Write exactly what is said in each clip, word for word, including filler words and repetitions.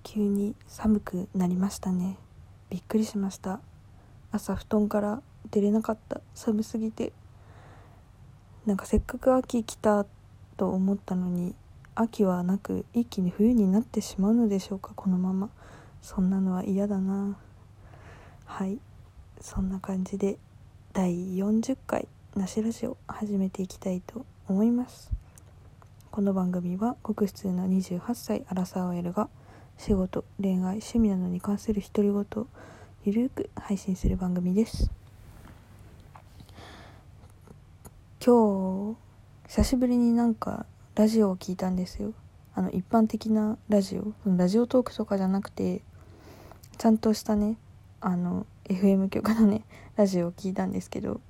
急に寒くなりましたね。びっくりしました。朝布団から出れなかった。寒すぎて。なんかせっかく秋来たと思ったのに、秋はなく一気に冬になってしまうのでしょうか、このまま。そんなのは嫌だな。はい、そんな感じでだいよんじゅっかいなしラジオ始めていきたいと思います。この番組はごく普通のにじゅうはっさいアラサー オーエル が仕事、恋愛、趣味などに関する独り言をゆるく配信する番組です。今日久しぶりになんかラジオを聞いたんですよ。あの一般的なラジオ、ラジオトークとかじゃなくて、ちゃんとしたね、あの エフエム 局のねラジオを聞いたんですけど、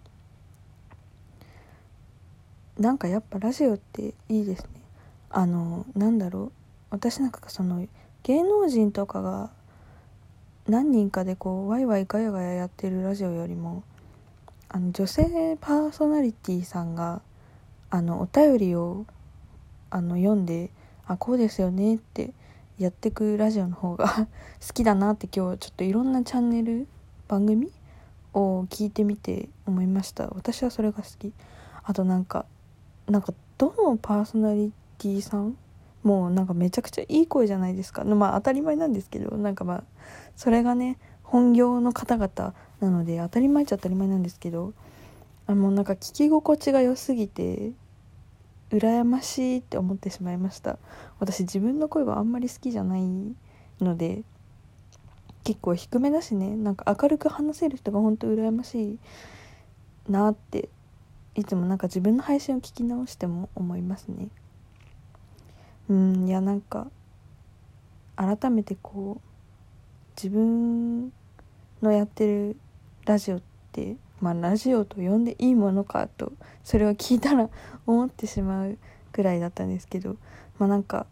なんかやっぱラジオっていいですね。あのなんだろう、私なんかその芸能人とかが何人かでこうワイワイガヤガヤやってるラジオよりも、あの女性パーソナリティさんがあのお便りをあの読んで、あこうですよねってやってくラジオの方が好きだなって、今日ちょっといろんなチャンネル番組を聞いてみて思いました。私はそれが好き。あとなんかなんかどのパーソナリティさんもうなんかめちゃくちゃいい声じゃないですか。まあ当たり前なんですけど、なんかまあそれがね本業の方々なので当たり前っちゃ当たり前なんですけど、あもうなんか聞き心地が良すぎて羨ましいって思ってしまいました。私自分の声はあんまり好きじゃないので、結構低めだしね、なんか明るく話せる人が本当羨ましいなっていつもなんか自分の配信を聞き直しても思いますね。うんいやなんか改めてこう自分のやってるラジオってまあラジオと呼んでいいものかと、それを聞いたら思ってしまうくらいだったんですけど、まあなんか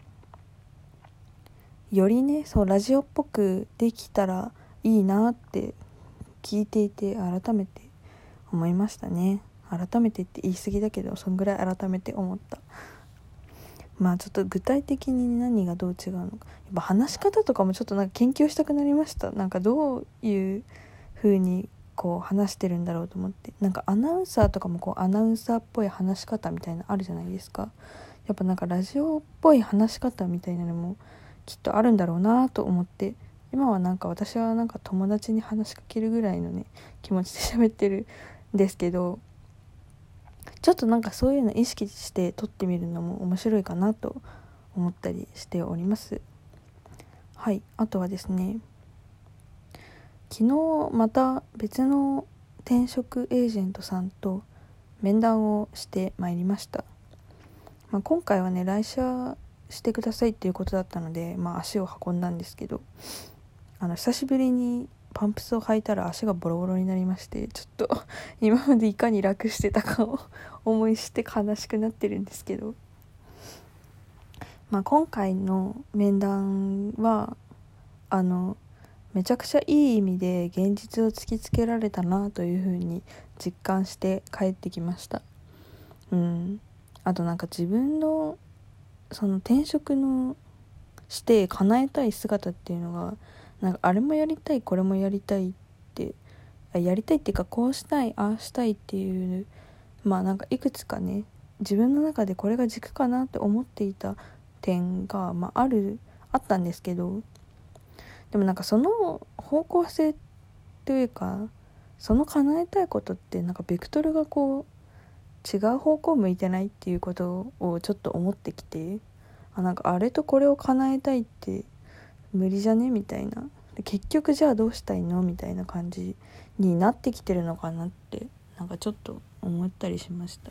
よりねそうラジオっぽくできたらいいなって聞いていて改めて思いましたね。改めてって言い過ぎだけど、そんぐらい改めて思った。まあちょっと具体的に何がどう違うのか、やっぱ話し方とかもちょっとなんか研究したくなりました。なんかどういう風にこう話してるんだろうと思って、なんかアナウンサーとかもこうアナウンサーっぽい話し方みたいなあるじゃないですか。やっぱなんかラジオっぽい話し方みたいなのもきっとあるんだろうなと思って、今はなんか私はなんか友達に話しかけるぐらいのね気持ちで喋ってるんですけど、ちょっとなんかそういうの意識して撮ってみるのも面白いかなと思ったりしております。はい、あとはですね、昨日また別の転職エージェントさんと面談をしてまいりました。まあ、今回はね来社してくださいっていうことだったので、まあ、足を運んだんですけど、あの久しぶりにパンプスを履いたら足がボロボロになりまして、ちょっと今までいかに楽してたかを思いして悲しくなってるんですけど、まあ、今回の面談はあのめちゃくちゃいい意味で現実を突きつけられたなというふうに実感して帰ってきました。うんあとなんか自分のその転職のして叶えたい姿っていうのが、なんかあれもやりたいこれもやりたいってやりたいっていうか、こうしたいああしたいっていう、まあなんかいくつかね自分の中でこれが軸かなって思っていた点が、まあ、あるあったんですけど、でもなんかその方向性というか、その叶えたいことってなんかベクトルがこう違う方向向いてないっていうことをちょっと思ってきて、あなんかあれとこれを叶えたいって無理じゃねみたいな、結局じゃあどうしたいのみたいな感じになってきてるのかなって、なんかちょっと思ったりしました。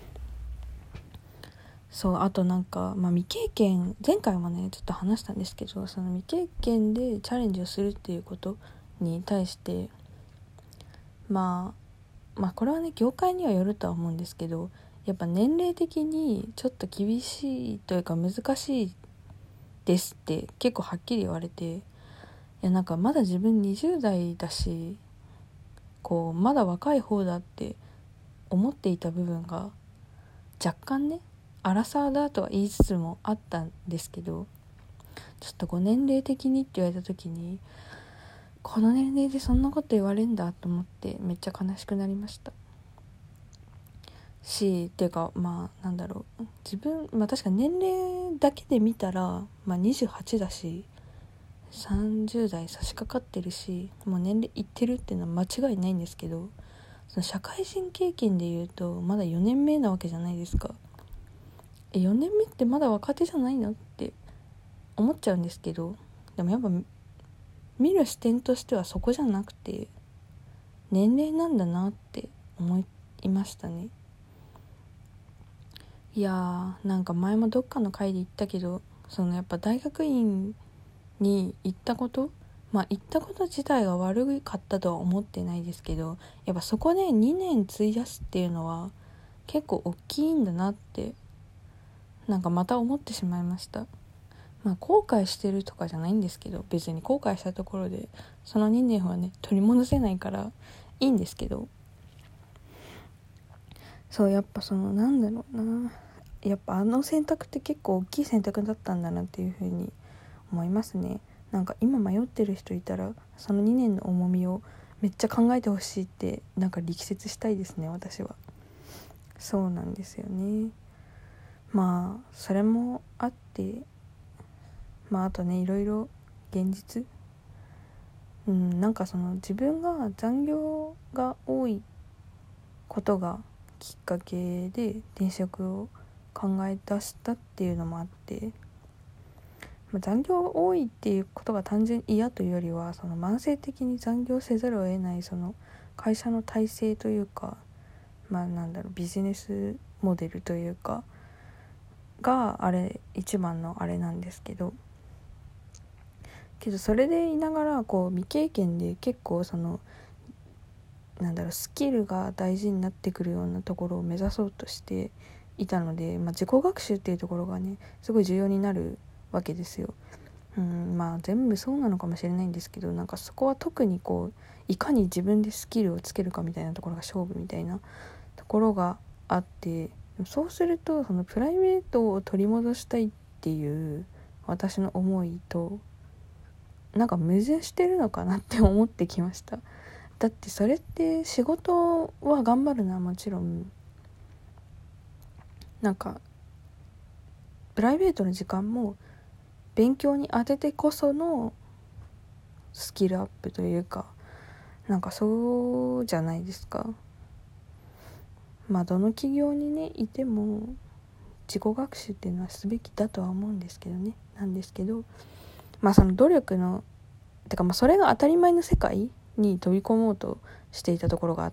そうあとなんか、まあ、未経験、前回もねちょっと話したんですけど、その未経験でチャレンジをするっていうことに対して、まあまあこれはね業界にはよるとは思うんですけど、やっぱ年齢的にちょっと厳しいというか難しいですって結構はっきり言われて、いやなんかまだ自分にじゅう代だし、こうまだ若い方だって思っていた部分が若干ねアラサーだとは言いつつもあったんですけど、 ちょっとご年齢的にって言われた時に、この年齢でそんなこと言われんだと思ってめっちゃ悲しくなりましたし、っていうかまあなんだろう、自分まあ確かに年齢だけで見たら、まあ、にじゅうはちだしさんじゅう代差し掛かってるし、もう年齢いってるっていうのは間違いないんですけど、その社会人経験でいうとまだよねんめなわけじゃないですか。えよねんめってまだ若手じゃないのって思っちゃうんですけど、でもやっぱ見る視点としてはそこじゃなくて年齢なんだなって思いましたね。いやー、なんか前もどっかの回で言ったけど、そのやっぱ大学院に行ったこと、まあ行ったこと自体が悪かったとは思ってないですけど、やっぱそこでにねん費やすっていうのは結構大きいんだなってなんかまた思ってしまいました。まあ後悔してるとかじゃないんですけど、別に後悔したところでそのにねんはね取り戻せないからいいんですけど、そうやっぱそのなんだろうな、やっぱあの選択って結構大きい選択だったんだなっていう風に思いますね。なんか今迷ってる人いたらそのにねんの重みをめっちゃ考えてほしいってなんか力説したいですね、私は。そうなんですよね。まあそれもあって、まああとねいろいろ現実、うん、なんかその自分が残業が多いことがきっかけで転職を考え出したっていうのもあって、まあ、残業が多いっていうことが単純に嫌というよりは、その慢性的に残業せざるを得ないその会社の体制というか、まあなんだろう、ビジネスモデルというかがあれ一番のあれなんですけど、けどそれでいながらこう未経験で結構そのなんだろうスキルが大事になってくるようなところを目指そうとしていたので、まあ、自己学習っていうところがねすごい重要になるわけですよ。うん、まあ全部そうなのかもしれないんですけど、なんかそこは特にこういかに自分でスキルをつけるかみたいなところが勝負みたいなところがあって、そうするとそのプライベートを取り戻したいっていう私の思いとなんか矛盾してるのかなって思ってきました。だってそれって仕事は頑張るのはもちろん、なんかプライベートの時間も勉強に当ててこそのスキルアップというか、なんかそうじゃないですか。まあどの企業にねいても自己学習っていうのはすべきだとは思うんですけどねなんですけど、まあその努力のてかまあそれが当たり前の世界に飛び込もうとしていたところがあって、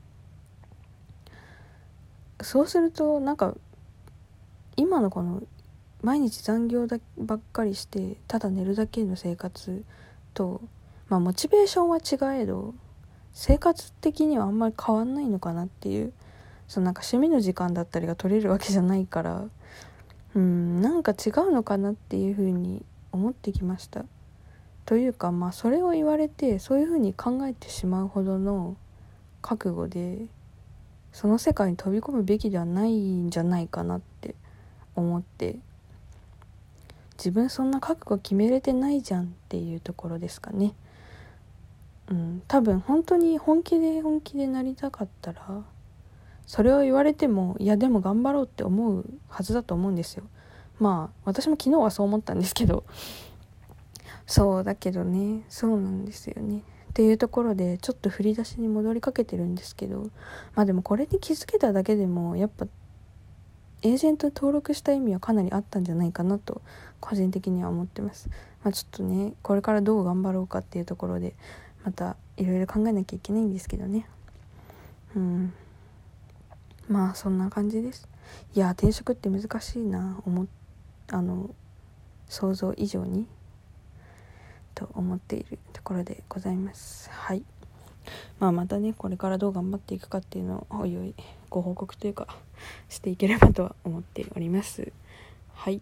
そうするとなんか今のこの毎日残業だばっかりしてただ寝るだけの生活と、まあモチベーションは違えど生活的にはあんまり変わんないのかなっていう、そのなんか趣味の時間だったりが取れるわけじゃないから、うんなんか違うのかなっていうふうに思ってきました。というかまあそれを言われてそういうふうに考えてしまうほどの覚悟でその世界に飛び込むべきではないんじゃないかなって思って、自分そんな覚悟決めれてないじゃんっていうところですかね。うん、多分本当に本気で本気でなりたかったらそれを言われてもいやでも頑張ろうって思うはずだと思うんですよ。まあ私も昨日はそう思ったんですけど、そうだけどね、そうなんですよねっていうところでちょっと振り出しに戻りかけてるんですけど、まあでもこれに気づけただけでもやっぱエージェント登録した意味はかなりあったんじゃないかなと個人的には思ってます。まあちょっとねこれからどう頑張ろうかっていうところでまたいろいろ考えなきゃいけないんですけどね。うんまあそんな感じです。いや転職って難しいな思あの想像以上にと思っているところでございます。はい。まあまたねこれからどう頑張っていくかっていうのをおいおいご報告というかしていければとは思っております。はい。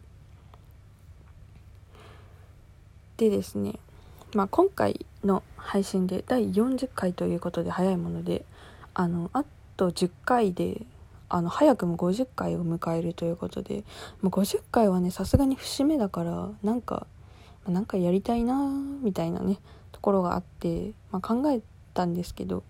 でですね、まあ今回の配信でだいよんじゅっかいということで早いもので、あのあとじゅっかいであの早くもごじゅっかいを迎えるということで、もうごじゅっかいはねさすがに節目だからなんかなんかやりたいなみたいなねところがあって、まあ、考えたんですけど、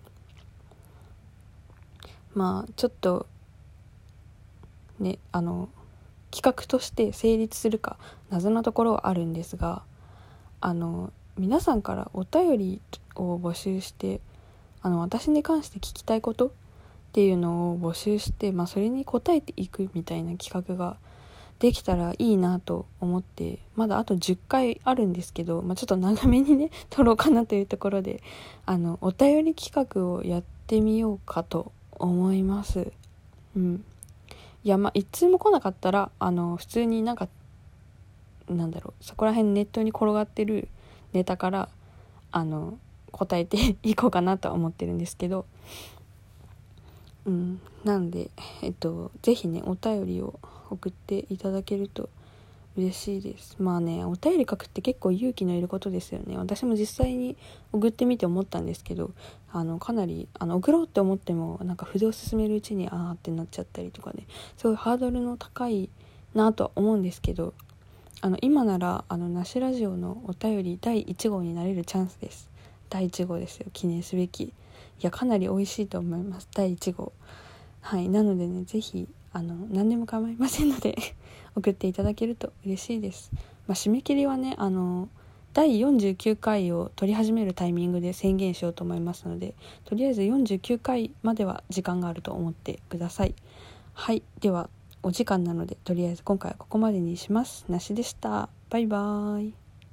まあちょっとねあの企画として成立するか謎なところはあるんですが、あの皆さんからお便りを募集して、あの私に関して聞きたいことっていうのを募集して、まあ、それに答えていくみたいな企画ができたらいいなと思って、まだあとじゅっかいあるんですけど、まあ、ちょっと長めにね撮ろうかなというところで、あのお便り企画をやってみようかと思います。うんいやまあ一通も来なかったらあの普通になんかなんだろうそこら辺ネットに転がってるネタからあの答えていこうかなとは思ってるんですけど、うんなんでえっとぜひねお便りを送っていただけると嬉しいです。まあねお便り書くって結構勇気のいることですよね。私も実際に送ってみて思ったんですけど、あのかなりあの送ろうって思ってもなんか筆を進めるうちにあーってなっちゃったりとかね、すごいハードルの高いなとは思うんですけど、あの今ならあのなしラジオのお便りだいいち号になれるチャンスです。だいいち号ですよ、記念すべき。いやかなり美味しいと思います、だいいち号。はいなのでねぜひあの何でも構いませんので送っていただけると嬉しいです。まあ、締め切りはねあのだいよんじゅうきゅうかいを撮り始めるタイミングで宣言しようと思いますので、とりあえずよんじゅうきゅうかいまでは時間があると思ってください。はいではお時間なのでとりあえず今回はここまでにします。なしでした。バイバーイ。